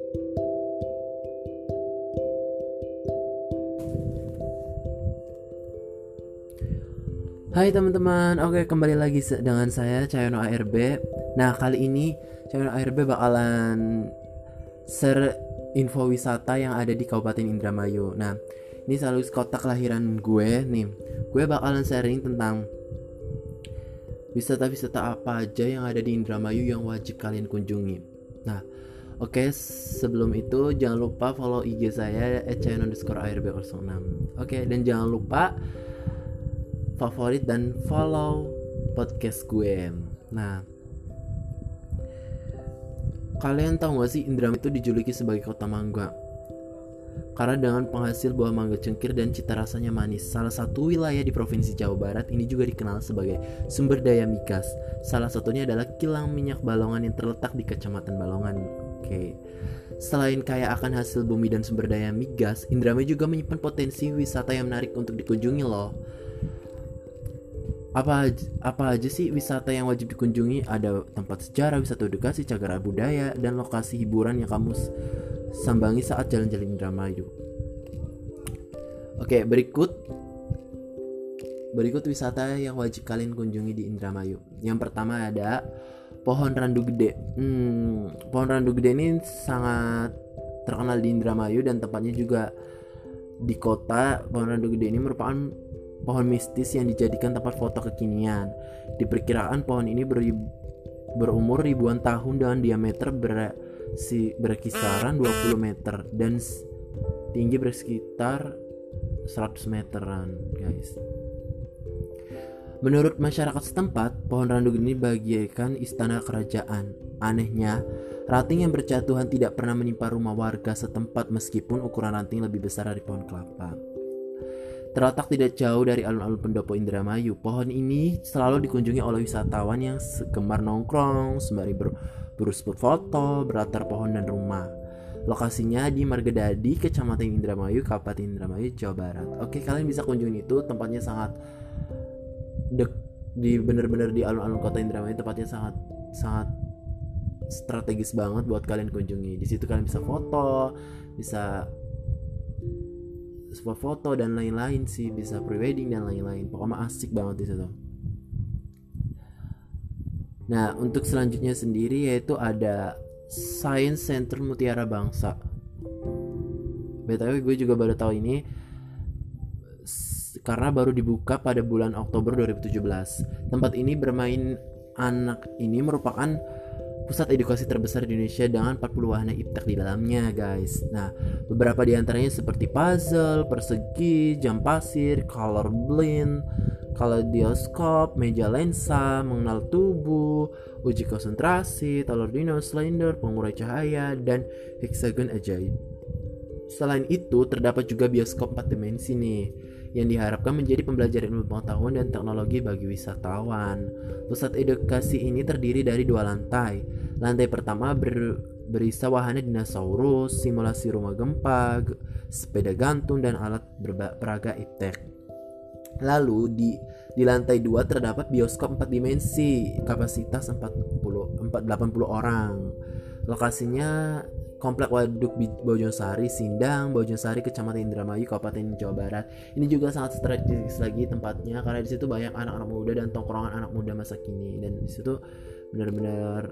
Hai teman-teman, oke kembali lagi dengan saya Cahyono ARB. Nah kali ini Cahyono ARB bakalan share info wisata yang ada di Kabupaten Indramayu. Nah ini selalu kota kelahiran gue nih. Gue bakalan sharing tentang wisata-wisata apa aja yang ada di Indramayu yang wajib kalian kunjungi. Nah oke, sebelum itu jangan lupa follow IG saya @cahyono_arb06. Oke, dan jangan lupa favorit dan follow podcast gue. Nah, kalian tahu gak sih Indramayu itu dijuluki sebagai kota mangga? Karena dengan penghasil buah mangga cengkir dan cita rasanya manis. Salah satu wilayah di Provinsi Jawa Barat ini juga dikenal sebagai sumber daya migas. Salah satunya adalah kilang minyak Balongan yang terletak di Kecamatan Balongan. Oke. Selain kaya akan hasil bumi dan sumber daya migas, Indramayu juga menyimpan potensi wisata yang menarik untuk dikunjungi loh. Apa aja sih wisata yang wajib dikunjungi? Ada tempat sejarah, wisata edukasi, cagar budaya, dan lokasi hiburan yang kamu sambangi saat jalan-jalan Indramayu. Oke, berikut wisata yang wajib kalian kunjungi di Indramayu. Yang pertama ada Pohon Randu Gede. Pohon Randu Gede ini sangat terkenal di Indramayu dan tempatnya juga di kota. Pohon Randu Gede ini merupakan pohon mistis yang dijadikan tempat foto kekinian. Diperkirakan pohon ini berumur ribuan tahun dengan diameter berkisaran 20 meter dan tinggi bersekitar 100 meteran, guys. Menurut masyarakat setempat, pohon randu ini bagaikan istana kerajaan. Anehnya, ranting yang berjatuhan tidak pernah menimpa rumah warga setempat meskipun ukuran ranting lebih besar dari pohon kelapa. Terletak tidak jauh dari alun-alun pendopo Indramayu, pohon ini selalu dikunjungi oleh wisatawan yang gemar nongkrong, sembari berburu spot foto, berlatar pohon dan rumah. Lokasinya di Margadadi, Kecamatan Indramayu, Kabupaten Indramayu, Jawa Barat. Oke, kalian bisa kunjungi itu, tempatnya sangat bener-bener di alun-alun kota Indramayu, tempatnya sangat strategis banget buat kalian kunjungi. Di situ kalian bisa foto, bisa spot foto dan lain-lain sih, bisa prewedding dan lain-lain. Pokoknya asik banget di situ. Nah, untuk selanjutnya sendiri yaitu ada Science Center Mutiara Bangsa. BTW gue juga baru tahu ini karena baru dibuka pada bulan Oktober 2017. Tempat ini bermain anak ini merupakan pusat edukasi terbesar di Indonesia dengan 40 wahana iptek di dalamnya, guys. Nah, beberapa di antaranya seperti puzzle, persegi, jam pasir, color blind, kaleidoskop, meja lensa, mengenal tubuh, uji konsentrasi, telur dino, slender, pengurai cahaya, dan heksagon ajaib. Selain itu, terdapat juga bioskop 4 dimensi nih, yang diharapkan menjadi pembelajaran ilmu pengetahuan dan teknologi bagi wisatawan. Pusat edukasi ini terdiri dari 2 lantai. Lantai pertama berisi wahana dinosaurus, simulasi rumah gempa, sepeda gantung, dan alat peraga iptek. Lalu di lantai 2 terdapat bioskop 4 dimensi, kapasitas 80 orang. Lokasinya Komplek Waduk Bojongsari, Sindang, Bojongsari, Kecamatan Indramayu, Kabupaten Jawa Barat. Ini juga sangat strategis lagi tempatnya karena di situ banyak anak-anak muda dan tongkrongan anak muda masa kini, dan di situ benar-benar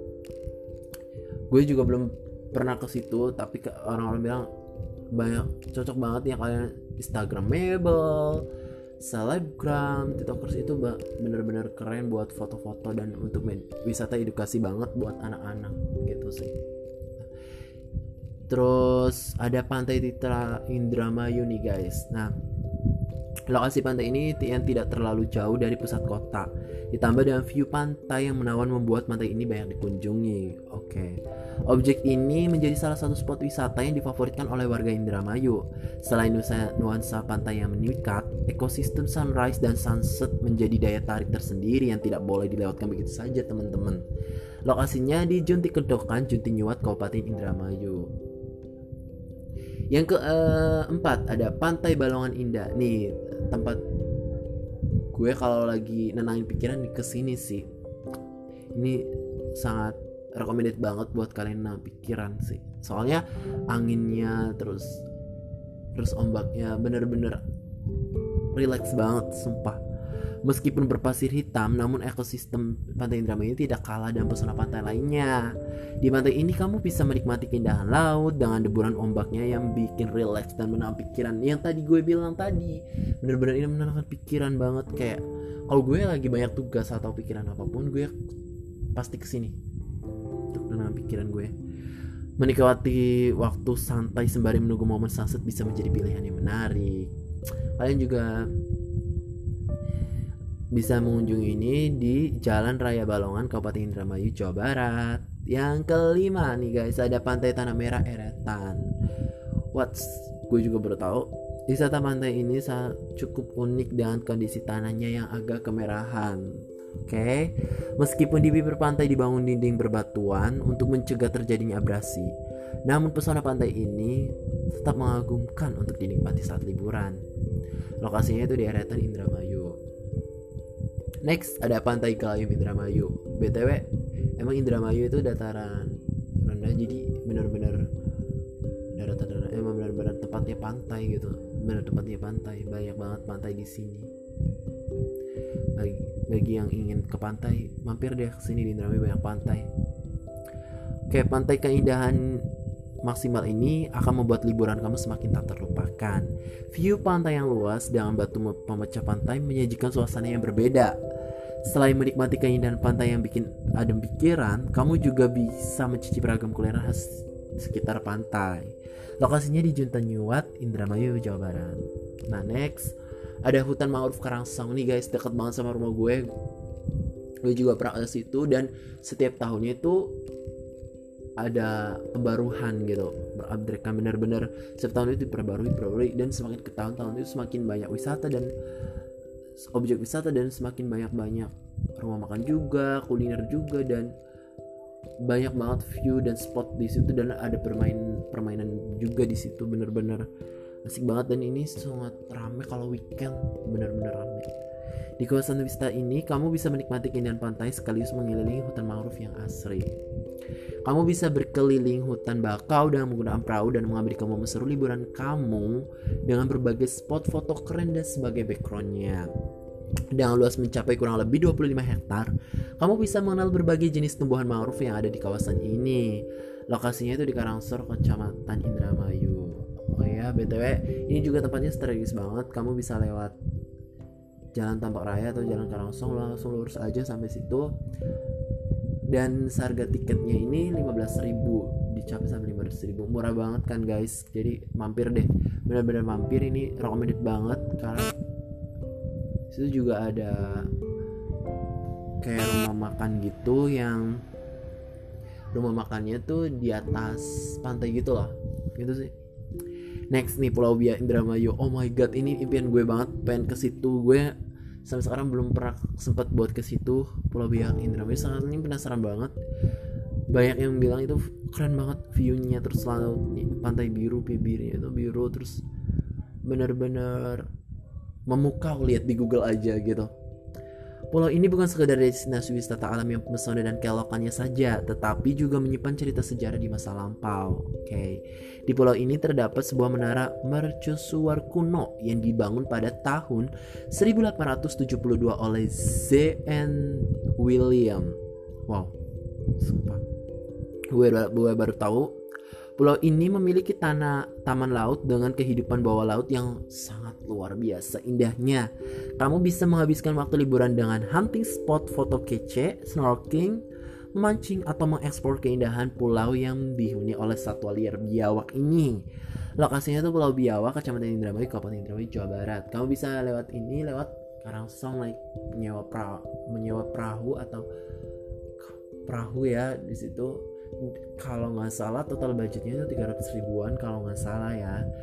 gue juga belum pernah ke situ, tapi orang-orang bilang banyak cocok banget ya kalian Instagramable, selebgram, tiktokers itu benar-benar keren buat foto-foto dan untuk wisata edukasi banget buat anak-anak gitu sih. Terus ada Pantai Titra Indramayu nih, guys. Nah, lokasi pantai ini yang tidak terlalu jauh dari pusat kota, ditambah dengan view pantai yang menawan membuat pantai ini banyak dikunjungi. Oke. Objek ini menjadi salah satu spot wisata yang difavoritkan oleh warga Indramayu. Selain nuansa pantai yang memikat, ekosistem sunrise dan sunset menjadi daya tarik tersendiri yang tidak boleh dilewatkan begitu saja, teman-teman. Lokasinya di Junti Kedokan, Junti Nyuwat, Kabupaten Indramayu. Yang keempat ada Pantai Balongan Indah. Nih tempat gue kalau lagi nenangin pikiran ke sini sih. Ini sangat recommended banget buat kalian pikiran sih. Soalnya anginnya terus ombaknya bener-bener relax banget sumpah. Meskipun berpasir hitam, namun ekosistem Pantai Indramayu tidak kalah dengan pesona pantai lainnya. Di pantai ini kamu bisa menikmati keindahan laut dengan deburan ombaknya yang bikin relax dan menenangkan pikiran. Yang tadi gue bilang tadi, bener-bener ini menenangkan pikiran banget. Kayak kalau gue lagi banyak tugas atau pikiran apapun, gue pasti kesini untuk menenangkan pikiran gue. Menikmati waktu santai sembari menunggu momen sunset bisa menjadi pilihan yang menarik. Kalian juga bisa mengunjungi ini di Jalan Raya Balongan, Kabupaten Indramayu, Jawa Barat. Yang kelima nih guys, ada Pantai Tanah Merah Eretan. Gue juga baru tahu, wisata pantai ini cukup unik dengan kondisi tanahnya yang agak kemerahan. Oke. Meskipun di bibir pantai dibangun dinding berbatuan untuk mencegah terjadinya abrasi, namun pesona pantai ini tetap mengagumkan untuk dinikmati saat liburan. Lokasinya itu di Eretan, Indramayu. Next ada Pantai Galayum Indramayu. BTW emang Indramayu itu dataran rendah, jadi benar-benar darat emang benar-benar tempatnya pantai gitu. Benar tempatnya pantai, banyak banget pantai di sini. Bagi yang ingin ke pantai, mampir deh ke sini, di Indramayu banyak pantai. Oke, pantai keindahan maksimal ini akan membuat liburan kamu semakin tak terlupakan. View pantai yang luas dengan batu pemecah pantai menyajikan suasana yang berbeda. Selain menikmati keindahan pantai yang bikin adem pikiran, kamu juga bisa mencicipi beragam kuliner khas sekitar pantai. Lokasinya di Junta Nyuwat, Indramayu, Jawa Barat. Nah next ada hutan mangrove Karangsong nih guys, dekat banget sama rumah gue. Gue juga pernah ke situ dan setiap tahunnya itu ada pembaruan gitu, berupdate kan, benar-benar setiap tahun itu diperbarui dan semakin ke tahun-tahun itu semakin banyak wisata dan objek wisata dan semakin banyak rumah makan juga, kuliner juga, dan banyak banget view dan spot di situ, dan ada permainan juga di situ, bener-bener asik banget. Dan ini sangat ramai kalau weekend, bener-bener ramai. Di kawasan wisata ini kamu bisa menikmati keindahan pantai sekaligus mengelilingi hutan mangrove yang asri. Kamu bisa berkeliling hutan bakau dengan menggunakan perahu dan mengabadikan momen seru liburan kamu dengan berbagai spot foto keren dan sebagai backgroundnya. Dengan luas mencapai kurang lebih 25 hektar, kamu bisa mengenal berbagai jenis tumbuhan mangrove yang ada di kawasan ini. Lokasinya itu di Karangsor, Kecamatan Indramayu. Oh ya, BTW, ini juga tempatnya strategis banget. Kamu bisa lewat Jalan Tampak Raya atau Jalan Karangsong, langsung lurus aja sampai situ. Dan harga tiketnya ini 15.000, dicapai sampai 500.000, murah banget kan guys. Jadi mampir deh, benar-benar mampir, ini recommended banget. Karena situ juga ada kayak rumah makan gitu, yang rumah makannya tuh di atas pantai gitu lah, gitu sih. Next nih, Pulau Biak Indramayu. Oh my god, ini impian gue banget, pengen ke situ. Gue sampai sekarang belum pernah sempat buat ke situ, Pulau Biak Indramayu. Sangat ini penasaran banget. Banyak yang bilang itu keren banget view-nya, terus laut, pantai biru, bibirnya itu biru, terus benar-benar memukau, lihat di Google aja gitu. Pulau ini bukan sekedar destinasi wisata alam yang pesona dan kelokannya saja, tetapi juga menyimpan cerita sejarah di masa lampau. Oke. Di pulau ini terdapat sebuah menara mercusuar kuno yang dibangun pada tahun 1872 oleh Z.N. William. Wow, sumpah. Gue baru tahu. Pulau ini memiliki taman laut dengan kehidupan bawah laut yang sangat luar biasa indahnya. Kamu bisa menghabiskan waktu liburan dengan hunting spot foto kece, snorkeling, memancing, atau mengeksplor keindahan pulau yang dihuni oleh satwa liar biawak ini. Lokasinya tuh Pulau Biawak, Kecamatan Indramayu, Kabupaten Indramayu, Jawa Barat. Kamu bisa lewat Karangsong, menyewa perahu atau perahu ya di situ. Kalau nggak salah total budgetnya itu 300 ribuan kalau nggak salah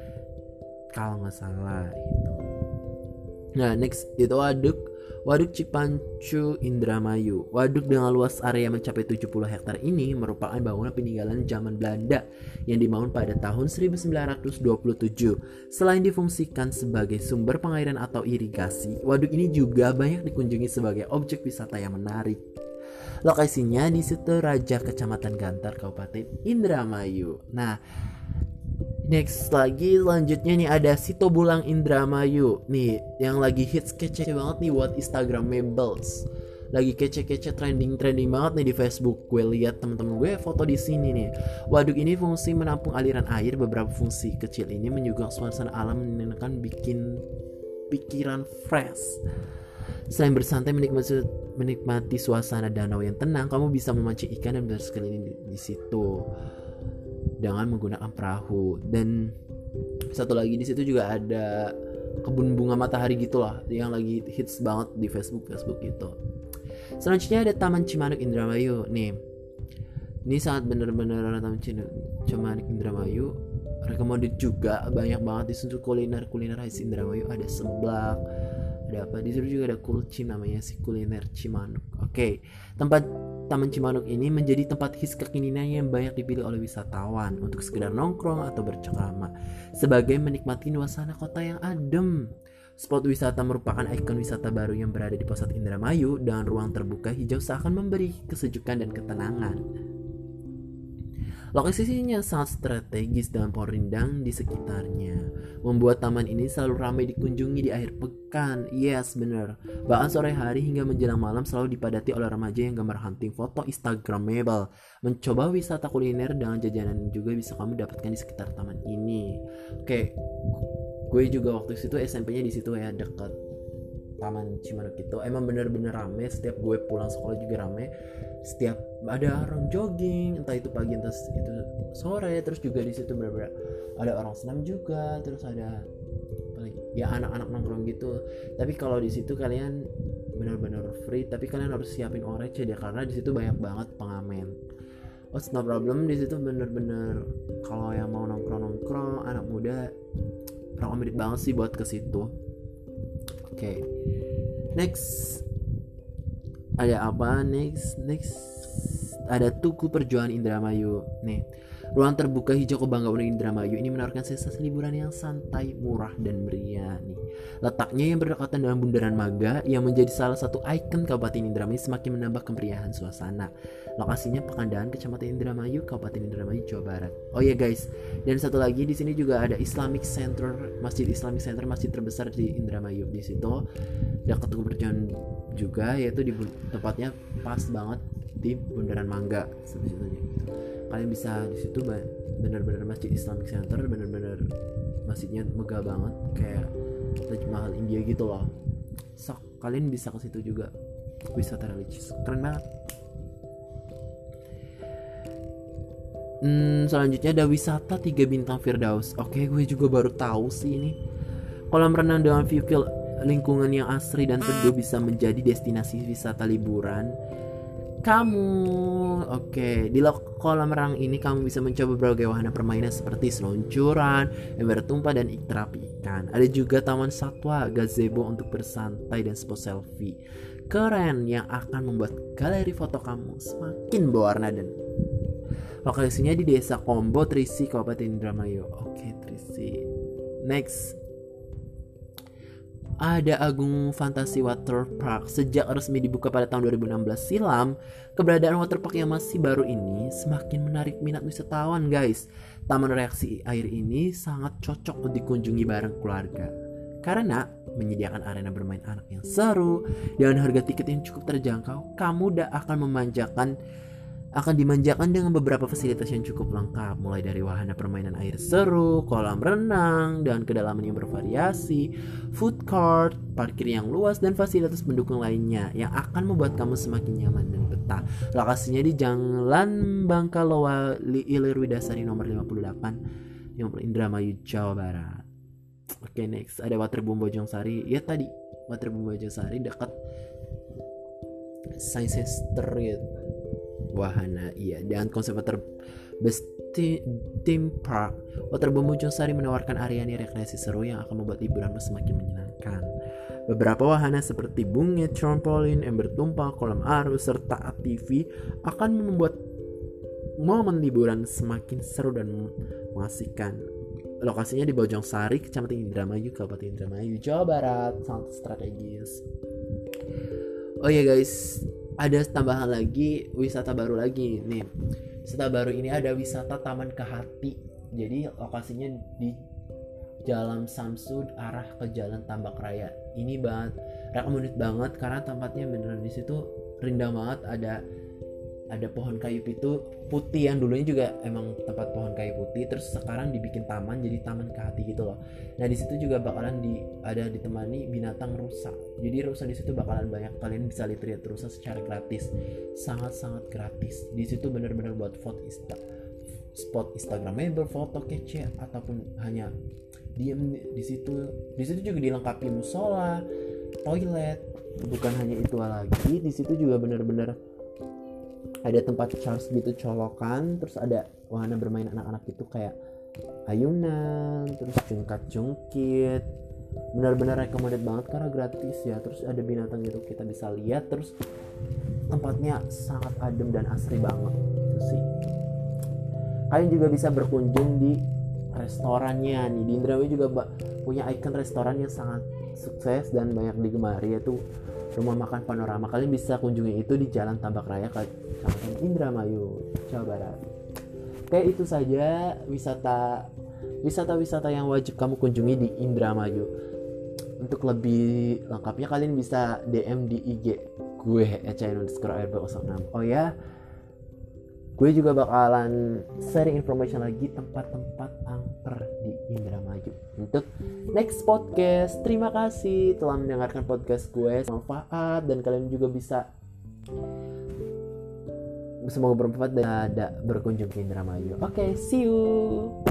itu. Nah next itu Waduk Cipancu Indramayu. Waduk dengan luas area mencapai 70 hektar ini merupakan bangunan peninggalan zaman Belanda yang dibangun pada tahun 1927. Selain difungsikan sebagai sumber pengairan atau irigasi, waduk ini juga banyak dikunjungi sebagai objek wisata yang menarik. Lokasinya di situ Raja, Kecamatan Gantar, Kabupaten Indramayu. Nah, next lagi selanjutnya nih ada Situbulang Indramayu. Nih yang lagi hits kece banget nih buat Instagramables. Lagi kece-kece trending banget nih di Facebook. Gue lihat temen-temen gue foto di sini nih. Waduk ini fungsi menampung aliran air. Beberapa fungsi kecil ini menyuguhkan suasana alam menyenangkan, bikin pikiran fresh. Selain bersantai menikmati suasana danau yang tenang, kamu bisa memancing ikan dan berkeliling di situ dengan menggunakan perahu. Dan satu lagi di situ juga ada kebun bunga matahari gitulah yang lagi hits banget di Facebook gitu. Selanjutnya ada Taman Cimanuk Indramayu. Nih, ini sangat bener-bener Taman Cimanuk Indramayu. Recommended juga, banyak banget di situ kuliner khas Indramayu. Ada seblak, ada apa di situ juga, ada kulcim namanya si kuliner Cimanuk. Oke. Tempat Taman Cimanuk ini menjadi tempat hits kekinian yang banyak dipilih oleh wisatawan untuk sekedar nongkrong atau bercengkrama sebagai menikmati suasana kota yang adem. Spot wisata merupakan ikon wisata baru yang berada di pusat Indramayu dengan ruang terbuka hijau seakan memberi kesejukan dan ketenangan. Lokasinya sangat strategis dengan pohon rindang di sekitarnya, membuat taman ini selalu ramai dikunjungi di akhir pekan. Yes, bener. Bahkan sore hari hingga menjelang malam selalu dipadati oleh remaja yang gemar hunting foto Instagramable. Mencoba wisata kuliner dengan jajanan juga bisa kamu dapatkan di sekitar taman ini. Oke, gue juga waktu itu SMP-nya di situ ya, dekat Taman Cimanuk itu. Emang bener-bener rame, setiap gue pulang sekolah juga rame. Setiap ada orang jogging, entah itu pagi entah itu sore. Terus juga di situ bener-bener ada orang senam juga. Terus ada ya anak-anak nongkrong gitu. Tapi kalau di situ kalian bener-bener free, tapi kalian harus siapin uang receh deh, karena di situ banyak banget pengamen. Oh, no problem, di situ bener-bener kalau yang mau nongkrong anak muda recommended banget sih buat ke situ. Oke. Next ada apa? Next ada Tugu Perjuangan Indramayu. Nih, ruang terbuka hijau kebanggaan Indramayu ini menawarkan sensasi liburan yang santai, murah dan meriah nih. Letaknya yang berdekatan dengan Bundaran Maga yang menjadi salah satu ikon Kabupaten Indramayu semakin menambah kemeriahan suasana. Lokasinya Pekandahan, Kecamatan Indramayu, Kabupaten Indramayu, Jawa Barat. Oh ya guys, dan satu lagi di sini juga ada Islamic Center, Masjid Islamic Center, masjid terbesar di Indramayu. Di situ dekat Tugu Perjuangan juga, yaitu di tempatnya pas banget di Bundaran Mangga sebetulnya. Kalian bisa di situ benar-benar Masjid Islamic Center, benar-benar masjidnya megah banget kayak Taj Mahal India gitu loh. So, kalian bisa ke situ juga, wisata religius. Keren banget. Selanjutnya ada wisata 3 bintang Firdaus. Oke, gue juga baru tahu sih ini. Kolam renang dengan view lingkungan yang asri dan teduh bisa menjadi destinasi wisata liburan kamu. Oke, di kolam renang ini kamu bisa mencoba berbagai wahana permainan seperti seluncuran, ember tumpah, dan terapi ikan. Ada juga taman satwa, gazebo untuk bersantai dan spot selfie keren yang akan membuat galeri foto kamu semakin berwarna. Dan lokasinya di Desa Kombo, Trisi, Kabupaten Indramayu. Oke, Trisi. Next ada Agung Fantasi Water Park. Sejak resmi dibuka pada tahun 2016 silam, keberadaan waterpark yang masih baru ini semakin menarik minat wisatawan guys. Taman reaksi air ini sangat cocok untuk dikunjungi bareng keluarga karena menyediakan arena bermain anak yang seru dan harga tiket yang cukup terjangkau. Kamu akan dimanjakan dengan beberapa fasilitas yang cukup lengkap, mulai dari wahana permainan air seru, kolam renang dan kedalaman yang bervariasi, food court, parkir yang luas, dan fasilitas pendukung lainnya yang akan membuat kamu semakin nyaman dan betah. Lokasinya di Jalan Bangkaloa Ilir Widasari nomor 58, Indramayu, Jawa Barat. Oke, next ada Waterboom Bojongsari. Ya tadi Waterboom Bojongsari dekat Science Center wahana, iya, dan konsep best theme park. Waterboom Bojongsari menawarkan area rekreasi seru yang akan membuat liburanmu semakin menyenangkan. Beberapa wahana seperti bungee, trampolin, ember tumpah, kolam arus, serta ATV akan membuat momen liburan semakin seru dan mengasihkan. Lokasinya di Bojongsari, Kecamatan Indramayu, Kabupaten Indramayu, Jawa Barat. Sangat strategis. Oh ya guys, ada tambahan lagi, wisata baru lagi nih. Wisata baru ini ada wisata Taman Kehati. Jadi lokasinya di Jalan Samsud arah ke Jalan Tambak Raya. Ini banget recommended banget karena tempatnya beneran di situ rindang banget. Ada pohon kayu itu putih yang dulunya juga emang tempat pohon kayu putih, terus sekarang dibikin taman jadi Taman Kehati gitu loh. Nah di situ juga bakalan ada ditemani binatang rusa. Jadi rusa di situ bakalan banyak, kalian bisa lihat rusa secara gratis, sangat gratis. Di situ bener-bener buat spot Instagramable, foto kece ataupun hanya diem di situ. Di situ juga dilengkapi musola, toilet. Bukan hanya itu lagi, di situ juga bener-bener ada tempat charge gitu, colokan, terus ada wahana bermain anak-anak gitu kayak ayunan, terus jungkat-jungkit. Benar-benar recommended banget karena gratis ya. Terus ada binatang gitu kita bisa lihat, terus tempatnya sangat adem dan asri banget gitu sih. Kalian juga bisa berkunjung di restorannya nih. Di Indramayu juga punya ikon restoran yang sangat sukses dan banyak digemari, yaitu Rumah Makan Panorama. Kalian bisa kunjungi itu di Jalan Tambak Raya, Kecamatan Indramayu, Jawa Barat. Oke, itu saja wisata yang wajib kamu kunjungi di Indramayu. Untuk lebih lengkapnya kalian bisa DM di IG gue @chain_arb06. Oh ya, gue juga bakalan sharing information lagi tempat-tempat angker di Indramayu untuk next podcast. Terima kasih telah mendengarkan podcast gue, bermanfaat, dan kalian juga bisa semoga bermanfaat dan ada berkunjung ke Indramayu. Oke, see you.